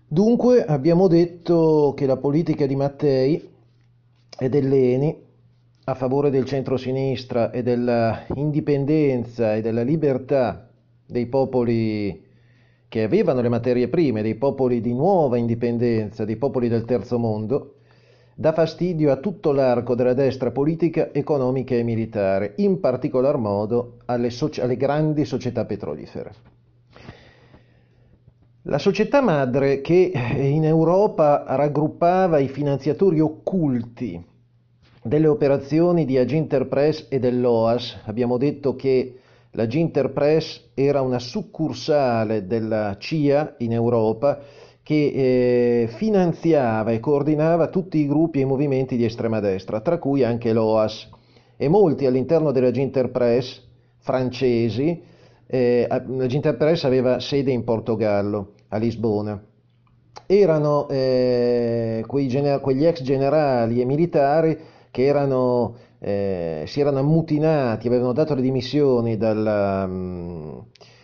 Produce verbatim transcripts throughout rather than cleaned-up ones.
Dunque, abbiamo detto che la politica di Mattei e dell'Eni a favore del centro-sinistra e della indipendenza e della libertà dei popoli che avevano le materie prime, dei popoli di nuova indipendenza, dei popoli del terzo mondo, dà fastidio a tutto l'arco della destra politica, economica e militare, in particolar modo alle, soci- alle grandi società petrolifere. La società madre che in Europa raggruppava i finanziatori occulti delle operazioni di Aginterpress e dell'O A S, abbiamo detto che la Ginterpress era una succursale della C I A in Europa che eh, finanziava e coordinava tutti i gruppi e i movimenti di estrema destra, tra cui anche l'O A S. E molti all'interno della Ginterpress francesi, eh, la Ginterpress aveva sede in Portogallo, a Lisbona. Erano eh, quei gener- quegli ex generali e militari che erano, eh, si erano ammutinati, avevano dato le dimissioni dalla, mh,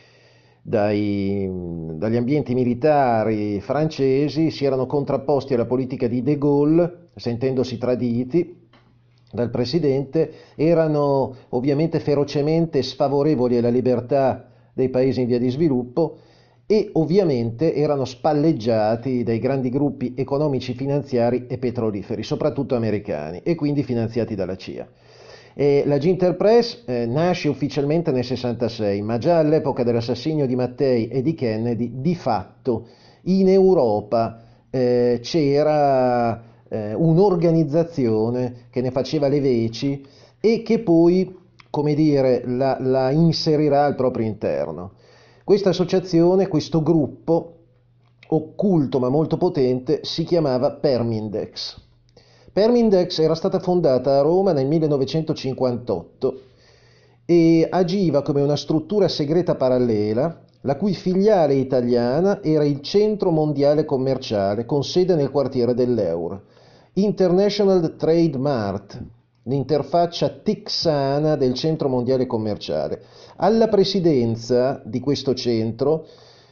dai, dagli ambienti militari francesi, si erano contrapposti alla politica di De Gaulle, sentendosi traditi dal presidente, erano ovviamente ferocemente sfavorevoli alla libertà dei paesi in via di sviluppo e ovviamente erano spalleggiati dai grandi gruppi economici, finanziari e petroliferi, soprattutto americani, e quindi finanziati dalla C I A. E la Ginterpress eh, nasce ufficialmente nel sessantasei, ma già all'epoca dell'assassinio di Mattei e di Kennedy, di fatto in Europa eh, c'era eh, un'organizzazione che ne faceva le veci e che poi, come dire, la, la inserirà al proprio interno. Questa associazione, questo gruppo occulto ma molto potente, si chiamava Permindex. Permindex era stata fondata a Roma nel millenovecentocinquantotto e agiva come una struttura segreta parallela, la cui filiale italiana era il Centro Mondiale Commerciale, con sede nel quartiere dell'Eur, International Trade Mart, l'interfaccia texana del Centro Mondiale Commerciale. Alla presidenza di questo centro,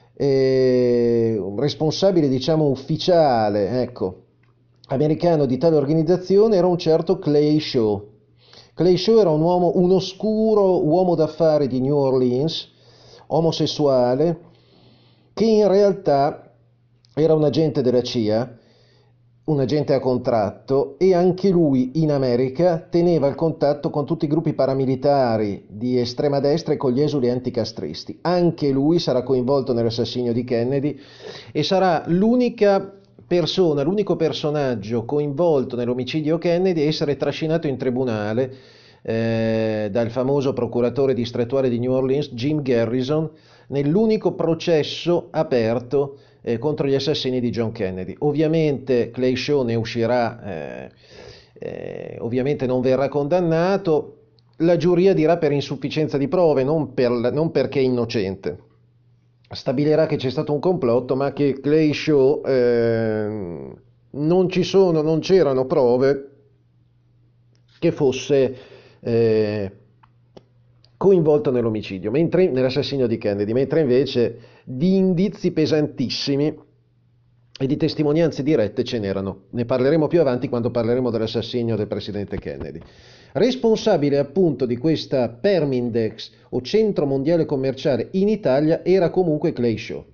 eh, un responsabile, diciamo, ufficiale, ecco, americano di tale organizzazione era un certo Clay Shaw. Clay Shaw era un uomo, un oscuro uomo d'affari di New Orleans, omosessuale, che in realtà era un agente della C I A, un agente a contratto, e anche lui in America teneva il contatto con tutti i gruppi paramilitari di estrema destra e con gli esuli anticastristi. Anche lui sarà coinvolto nell'assassinio di Kennedy e sarà l'unica persona, l'unico personaggio coinvolto nell'omicidio Kennedy a essere trascinato in tribunale eh, dal famoso procuratore distrettuale di New Orleans, Jim Garrison, nell'unico processo aperto eh, contro gli assassini di John Kennedy. Ovviamente Clay Shaw ne uscirà, eh, eh, ovviamente non verrà condannato, la giuria dirà per insufficienza di prove, non, per, non perché è innocente. Stabilirà che c'è stato un complotto, ma che Clay Shaw eh, non ci sono, non c'erano prove che fosse eh, coinvolto nell'omicidio, mentre nell'assassinio di Kennedy, mentre invece di indizi pesantissimi e di testimonianze dirette ce n'erano. Ne parleremo più avanti quando parleremo dell'assassinio del presidente Kennedy. Responsabile appunto di questa Permindex o Centro Mondiale Commerciale in Italia era comunque Clay Shaw.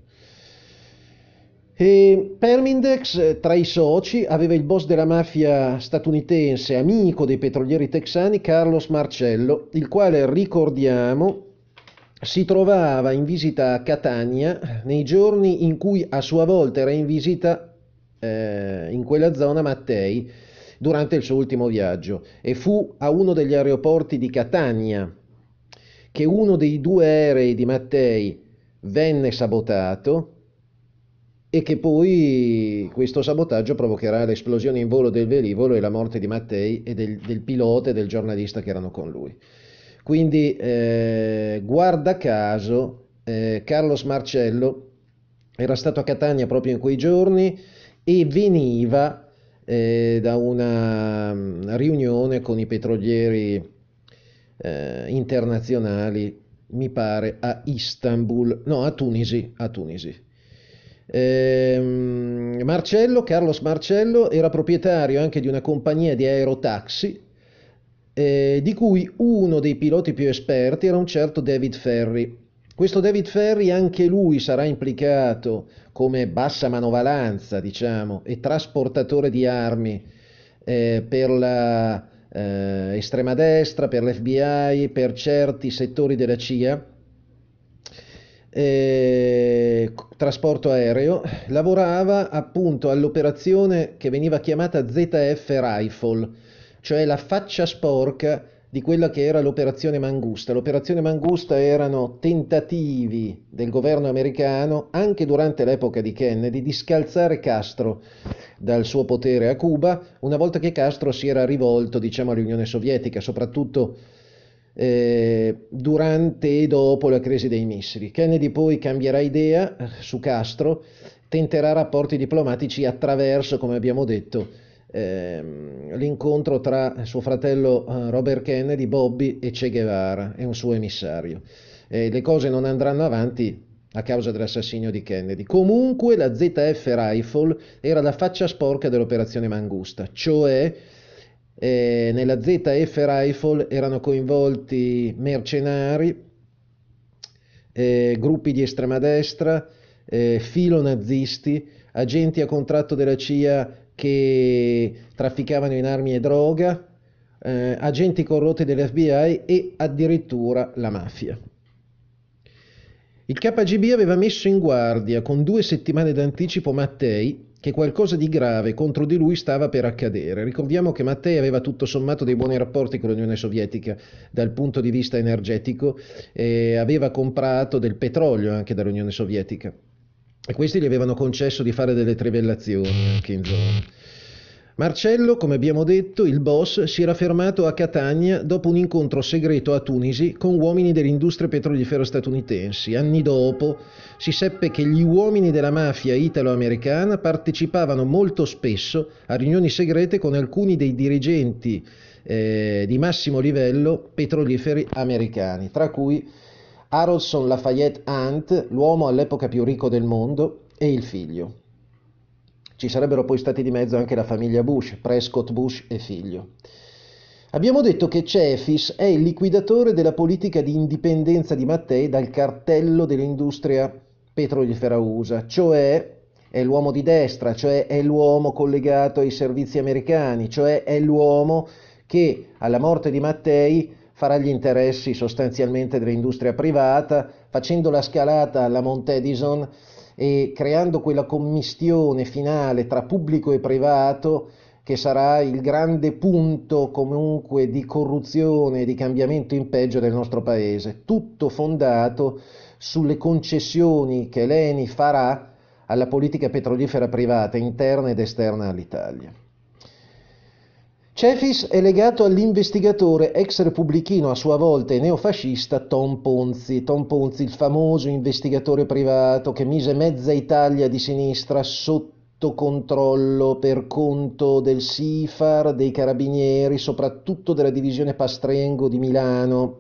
E Permindex, tra i soci, aveva il boss della mafia statunitense, amico dei petrolieri texani, Carlos Marcello, il quale, ricordiamo, si trovava in visita a Catania nei giorni in cui a sua volta era in visita eh, in quella zona Mattei durante il suo ultimo viaggio, e fu a uno degli aeroporti di Catania che uno dei due aerei di Mattei venne sabotato e che poi questo sabotaggio provocherà l'esplosione in volo del velivolo e la morte di Mattei e del, del pilota e del giornalista che erano con lui. Quindi, eh, guarda caso, eh, Carlos Marcello era stato a Catania proprio in quei giorni e veniva eh, da una mm, riunione con i petrolieri eh, internazionali, mi pare a Istanbul, no, a Tunisi, a Tunisi. Ehm, Marcello, Carlos Marcello, era proprietario anche di una compagnia di aerotaxi, eh, di cui uno dei piloti più esperti era un certo David Ferry. Questo David Ferry, anche lui sarà implicato come bassa manovalanza, diciamo, e trasportatore di armi eh, per la eh, estrema destra, per l'F B I, per certi settori della C I A, eh, trasporto aereo. Lavorava appunto all'operazione che veniva chiamata Z F Rifle, cioè la faccia sporca di quella che era l'operazione Mangusta. L'operazione Mangusta erano tentativi del governo americano, anche durante l'epoca di Kennedy, di scalzare Castro dal suo potere a Cuba, una volta che Castro si era rivolto, diciamo, all'Unione Sovietica, soprattutto eh, durante e dopo la crisi dei missili. Kennedy poi cambierà idea eh, su Castro, tenterà rapporti diplomatici attraverso, come abbiamo detto, ehm, l'incontro tra suo fratello eh, Robert Kennedy, Bobby, e Che Guevara e un suo emissario. Eh, le cose non andranno avanti a causa dell'assassinio di Kennedy. Comunque la Z F Rifle era la faccia sporca dell'operazione Mangusta, cioè eh, nella Z F Rifle erano coinvolti mercenari, eh, gruppi di estrema destra, eh, filonazisti, agenti a contratto della C I A che trafficavano in armi e droga, eh, agenti corrotti dell'F B I e addirittura la mafia. Il K G B aveva messo in guardia con due settimane d'anticipo Mattei che qualcosa di grave contro di lui stava per accadere. Ricordiamo che Mattei aveva tutto sommato dei buoni rapporti con l'Unione Sovietica dal punto di vista energetico e aveva comprato del petrolio anche dall'Unione Sovietica e questi gli avevano concesso di fare delle trivellazioni anche in zona. Marcello, come abbiamo detto, il boss, si era fermato a Catania dopo un incontro segreto a Tunisi con uomini dell'industria petrolifera statunitensi. Anni dopo si seppe che gli uomini della mafia italo-americana partecipavano molto spesso a riunioni segrete con alcuni dei dirigenti eh, di massimo livello petroliferi americani, tra cui Harrelson Lafayette Hunt, l'uomo all'epoca più ricco del mondo, e il figlio. Ci sarebbero poi stati di mezzo anche la famiglia Bush, Prescott Bush e figlio. Abbiamo detto che Cefis è il liquidatore della politica di indipendenza di Mattei dal cartello dell'industria petrolifera U S A, cioè è l'uomo di destra, cioè è l'uomo collegato ai servizi americani, cioè è l'uomo che alla morte di Mattei farà gli interessi sostanzialmente dell'industria privata, facendo la scalata alla Mount Edison e creando quella commistione finale tra pubblico e privato che sarà il grande punto comunque di corruzione e di cambiamento in peggio del nostro paese, tutto fondato sulle concessioni che l'Eni farà alla politica petrolifera privata interna ed esterna all'Italia. Cefis è legato all'investigatore ex repubblichino a sua volta e neofascista Tom Ponzi. Tom Ponzi, il famoso investigatore privato che mise mezza Italia di sinistra sotto controllo per conto del S I F A R, dei carabinieri, soprattutto della divisione Pastrengo di Milano.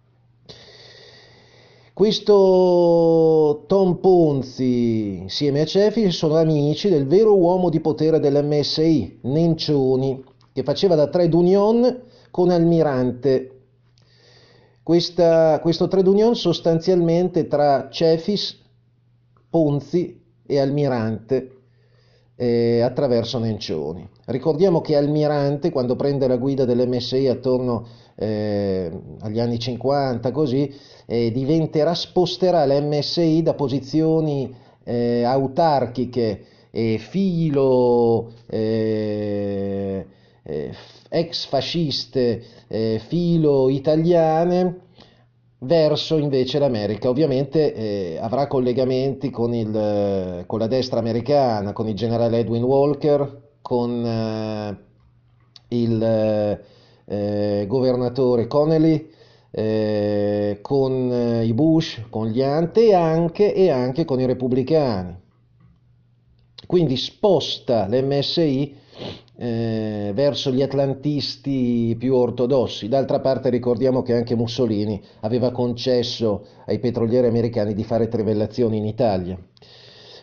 Questo Tom Ponzi, insieme a Cefis, sono amici del vero uomo di potere dell'M S I, Nencioni, che faceva da trade union con Almirante. Questa, questo trade union sostanzialmente tra Cefis, Ponzi e Almirante eh, attraverso Nencioni. Ricordiamo che Almirante, quando prende la guida dell'M S I attorno eh, agli anni cinquanta, così, eh, diventerà, sposterà l'M S I da posizioni eh, autarchiche e filo eh, eh, ex fasciste, eh, filo italiane, verso invece l'America. Ovviamente eh, avrà collegamenti con, il, con la destra americana, con il generale Edwin Walker, con eh, il eh, governatore Connelly, eh, con eh, i Bush, con gli Ante e anche, e anche con i repubblicani. Quindi sposta l'M S I eh, verso gli atlantisti più ortodossi. D'altra parte ricordiamo che anche Mussolini aveva concesso ai petrolieri americani di fare trivellazioni in Italia.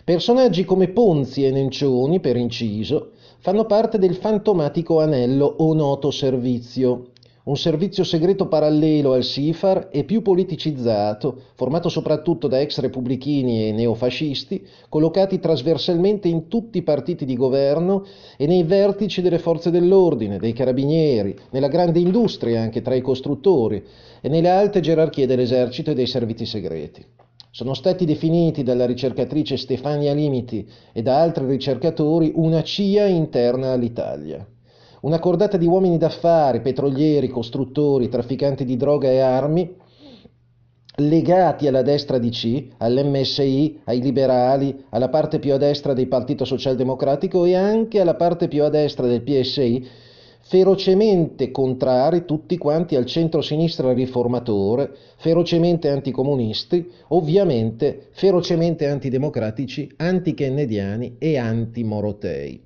Personaggi come Ponzi e Nencioni, per inciso, fanno parte del fantomatico Anello o noto servizio, un servizio segreto parallelo al SIFAR e più politicizzato, formato soprattutto da ex repubblichini e neofascisti, collocati trasversalmente in tutti i partiti di governo e nei vertici delle forze dell'ordine, dei carabinieri, nella grande industria anche tra i costruttori e nelle alte gerarchie dell'esercito e dei servizi segreti. Sono stati definiti dalla ricercatrice Stefania Limiti e da altri ricercatori una C I A interna all'Italia. Una cordata di uomini d'affari, petrolieri, costruttori, trafficanti di droga e armi, legati alla destra D C, all'M S I, ai liberali, alla parte più a destra del Partito Socialdemocratico e anche alla parte più a destra del P S I, ferocemente contrari tutti quanti al centro-sinistra riformatore, ferocemente anticomunisti, ovviamente ferocemente antidemocratici, anti-kennediani e anti-morotei.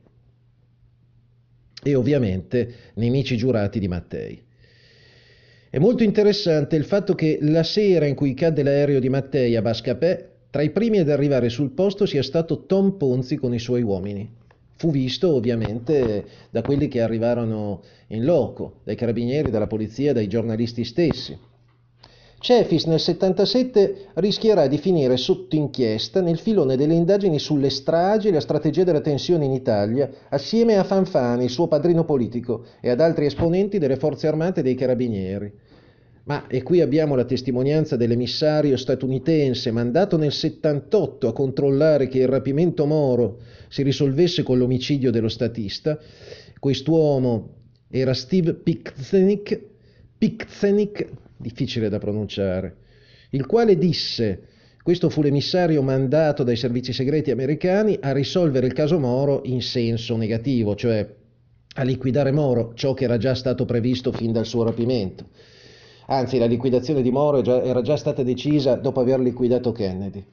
E ovviamente nemici giurati di Mattei. È molto interessante il fatto che la sera in cui cadde l'aereo di Mattei a Bascapè, tra i primi ad arrivare sul posto sia stato Tom Ponzi con i suoi uomini. Fu visto ovviamente da quelli che arrivarono in loco, dai carabinieri, dalla polizia, dai giornalisti stessi. Cefis nel settantasette rischierà di finire sotto inchiesta nel filone delle indagini sulle stragi e la strategia della tensione in Italia, assieme a Fanfani, il suo padrino politico, e ad altri esponenti delle forze armate e dei carabinieri. Ma, e qui abbiamo la testimonianza dell'emissario statunitense mandato nel settantotto a controllare che il rapimento Moro si risolvesse con l'omicidio dello statista. Quest'uomo era Steve Pickzenik, Pickzenik, difficile da pronunciare, il quale disse, questo fu l'emissario mandato dai servizi segreti americani a risolvere il caso Moro in senso negativo, cioè a liquidare Moro, ciò che era già stato previsto fin dal suo rapimento. Anzi, la liquidazione di Moro era già stata decisa dopo aver liquidato Kennedy.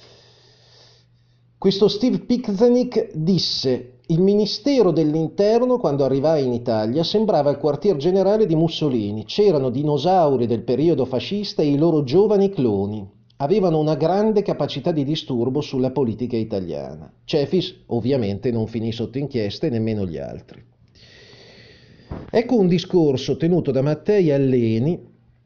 Questo Steve Pickzenik disse: il Ministero dell'Interno, quando arrivai in Italia, sembrava il quartier generale di Mussolini. C'erano dinosauri del periodo fascista e i loro giovani cloni. Avevano una grande capacità di disturbo sulla politica italiana. Cefis ovviamente non finì sotto inchiesta e nemmeno gli altri. Ecco un discorso tenuto da Mattei a Leni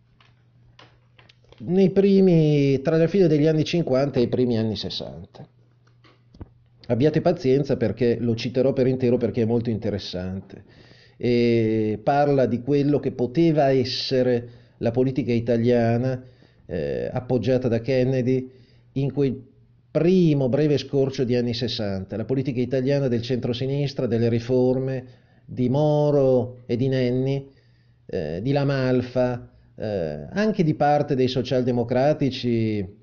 nei primi, tra la fine degli anni cinquanta e i primi anni sessanta. Abbiate pazienza perché lo citerò per intero perché è molto interessante e parla di quello che poteva essere la politica italiana eh, appoggiata da Kennedy in quel primo breve scorcio di anni sessanta, la politica italiana del centrosinistra, delle riforme, di Moro e di Nenni, eh, di La Malfa, eh, anche di parte dei socialdemocratici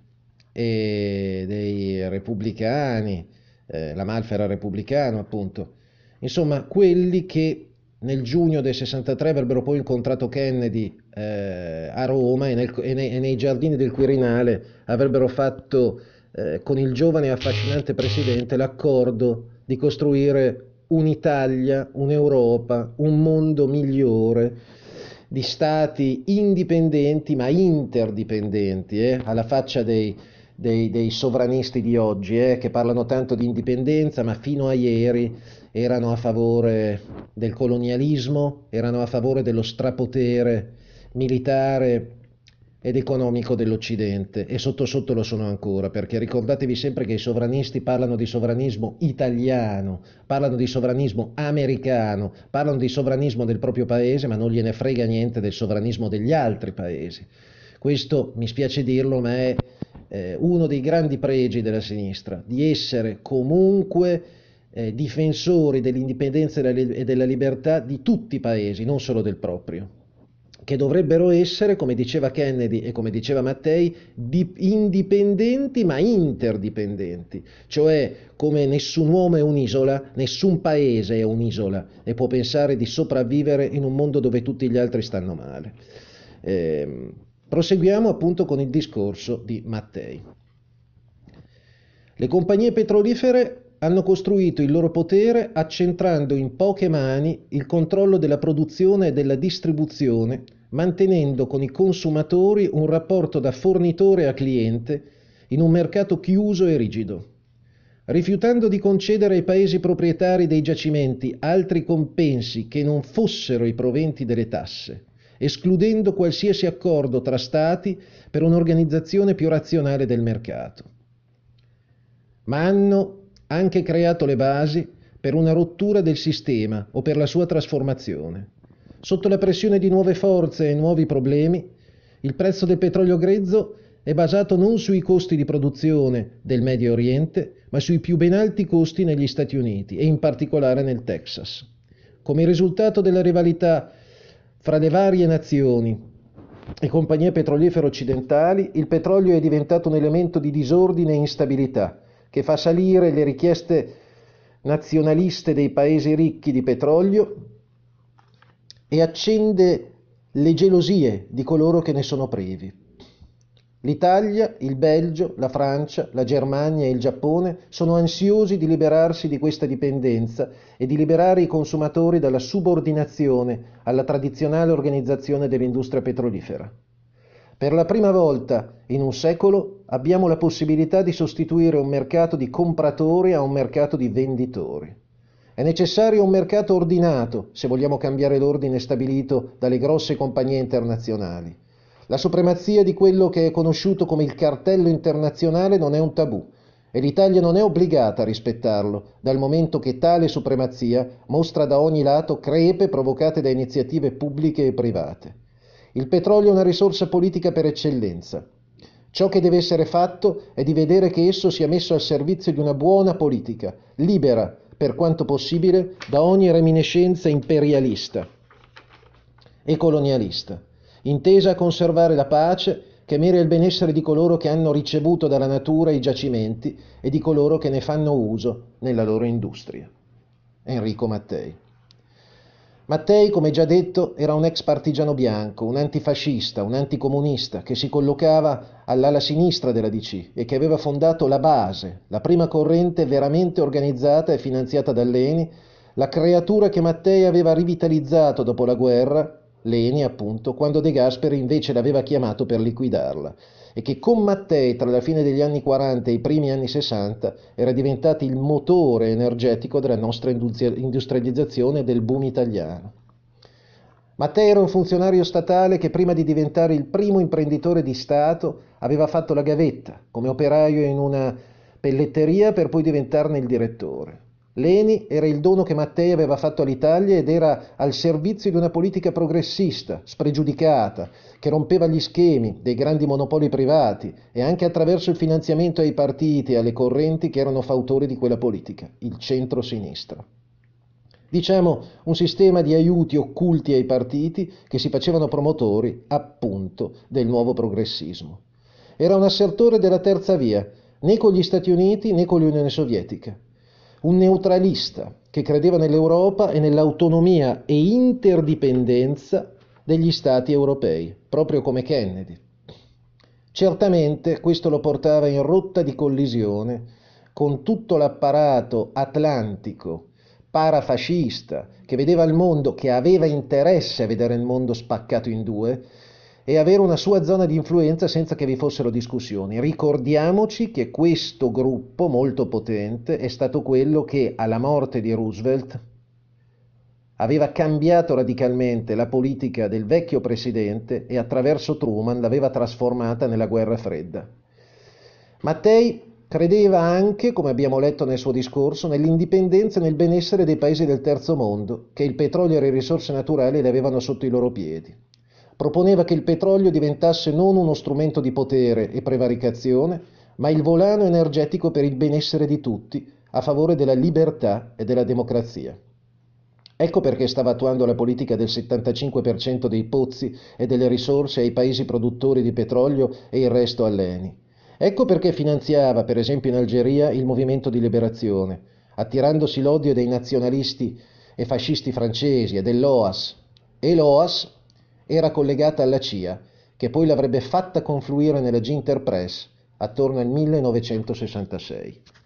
e dei repubblicani. Eh, La Malfa era repubblicano appunto, insomma quelli che nel giugno del sessantatré avrebbero poi incontrato Kennedy eh, a Roma e, nel, e, nei, e nei giardini del Quirinale avrebbero fatto eh, con il giovane e affascinante presidente l'accordo di costruire un'Italia, un'Europa, un mondo migliore di stati indipendenti ma interdipendenti, eh, alla faccia dei Dei, dei sovranisti di oggi, eh, che parlano tanto di indipendenza, ma fino a ieri erano a favore del colonialismo, erano a favore dello strapotere militare ed economico dell'Occidente, e sotto sotto lo sono ancora, perché ricordatevi sempre che i sovranisti parlano di sovranismo italiano, parlano di sovranismo americano, parlano di sovranismo del proprio paese, ma non gliene frega niente del sovranismo degli altri paesi. Questo, mi spiace dirlo, ma è Eh, uno dei grandi pregi della sinistra, di essere comunque eh, difensori dell'indipendenza e della libertà di tutti i paesi, non solo del proprio, che dovrebbero essere, come diceva Kennedy e come diceva Mattei, di, indipendenti ma interdipendenti, cioè come nessun uomo è un'isola, nessun paese è un'isola e può pensare di sopravvivere in un mondo dove tutti gli altri stanno male. Eh, Proseguiamo appunto con il discorso di Mattei. Le compagnie petrolifere hanno costruito il loro potere accentrando in poche mani il controllo della produzione e della distribuzione, mantenendo con i consumatori un rapporto da fornitore a cliente in un mercato chiuso e rigido. rifiutando di concedere ai paesi proprietari dei giacimenti altri compensi che non fossero i proventi delle tasse, escludendo qualsiasi accordo tra stati per un'organizzazione più razionale del mercato. Ma hanno anche creato le basi per una rottura del sistema o per la sua trasformazione. Sotto la pressione di nuove forze e nuovi problemi, il prezzo del petrolio grezzo è basato non sui costi di produzione del Medio Oriente, ma sui più ben alti costi negli Stati Uniti e in particolare nel Texas. Come risultato della rivalità fra le varie nazioni e compagnie petrolifere occidentali, il petrolio è diventato un elemento di disordine e instabilità che fa salire le richieste nazionaliste dei paesi ricchi di petrolio e accende le gelosie di coloro che ne sono privi. L'Italia, il Belgio, la Francia, la Germania e il Giappone sono ansiosi di liberarsi di questa dipendenza e di liberare i consumatori dalla subordinazione alla tradizionale organizzazione dell'industria petrolifera. Per la prima volta in un secolo abbiamo la possibilità di sostituire un mercato di compratori a un mercato di venditori. È necessario un mercato ordinato se vogliamo cambiare l'ordine stabilito dalle grosse compagnie internazionali. La supremazia di quello che è conosciuto come il cartello internazionale non è un tabù e l'Italia non è obbligata a rispettarlo, dal momento che tale supremazia mostra da ogni lato crepe provocate da iniziative pubbliche e private. Il petrolio è una risorsa politica per eccellenza. Ciò che deve essere fatto è di vedere che esso sia messo al servizio di una buona politica, libera, per quanto possibile, da ogni reminiscenza imperialista e colonialista, intesa a conservare la pace che mira il benessere di coloro che hanno ricevuto dalla natura i giacimenti e di coloro che ne fanno uso nella loro industria. Enrico Mattei. Mattei, come già detto, era un ex partigiano bianco, un antifascista, un anticomunista che si collocava all'ala sinistra della D C e che aveva fondato la Base, la prima corrente veramente organizzata e finanziata dall'E N I, la creatura che Mattei aveva rivitalizzato dopo la guerra, l'E N I appunto, quando De Gasperi invece l'aveva chiamato per liquidarla, e che con Mattei tra la fine degli anni quaranta e i primi anni sessanta era diventato il motore energetico della nostra industrializzazione e del boom italiano. Mattei era un funzionario statale che prima di diventare il primo imprenditore di Stato aveva fatto la gavetta come operaio in una pelletteria per poi diventarne il direttore. L'E N I era il dono che Mattei aveva fatto all'Italia ed era al servizio di una politica progressista, spregiudicata, che rompeva gli schemi dei grandi monopoli privati e anche attraverso il finanziamento ai partiti e alle correnti che erano fautori di quella politica, il centro-sinistra. Diciamo un sistema di aiuti occulti ai partiti che si facevano promotori, appunto, del nuovo progressismo. Era un assertore della terza via, né con gli Stati Uniti né con l'Unione Sovietica. Un neutralista che credeva nell'Europa e nell'autonomia e interdipendenza degli Stati europei, proprio come Kennedy. Certamente questo lo portava in rotta di collisione con tutto l'apparato atlantico, parafascista, che vedeva il mondo, che aveva interesse a vedere il mondo spaccato in due, e avere una sua zona di influenza senza che vi fossero discussioni. Ricordiamoci che questo gruppo molto potente è stato quello che alla morte di Roosevelt aveva cambiato radicalmente la politica del vecchio presidente e attraverso Truman l'aveva trasformata nella guerra fredda. Mattei credeva anche, come abbiamo letto nel suo discorso, nell'indipendenza e nel benessere dei paesi del terzo mondo, che il petrolio e le risorse naturali le avevano sotto i loro piedi. Proponeva che il petrolio diventasse non uno strumento di potere e prevaricazione, ma il volano energetico per il benessere di tutti, a favore della libertà e della democrazia. Ecco perché stava attuando la politica del settantacinque per cento dei pozzi e delle risorse ai paesi produttori di petrolio e il resto all'E N I. Ecco perché finanziava, per esempio in Algeria, il movimento di liberazione, attirandosi l'odio dei nazionalisti e fascisti francesi e dell'O A S. E l'O A S era collegata alla C I A, che poi l'avrebbe fatta confluire nella Ginter Press attorno al millenovecentosessantasei.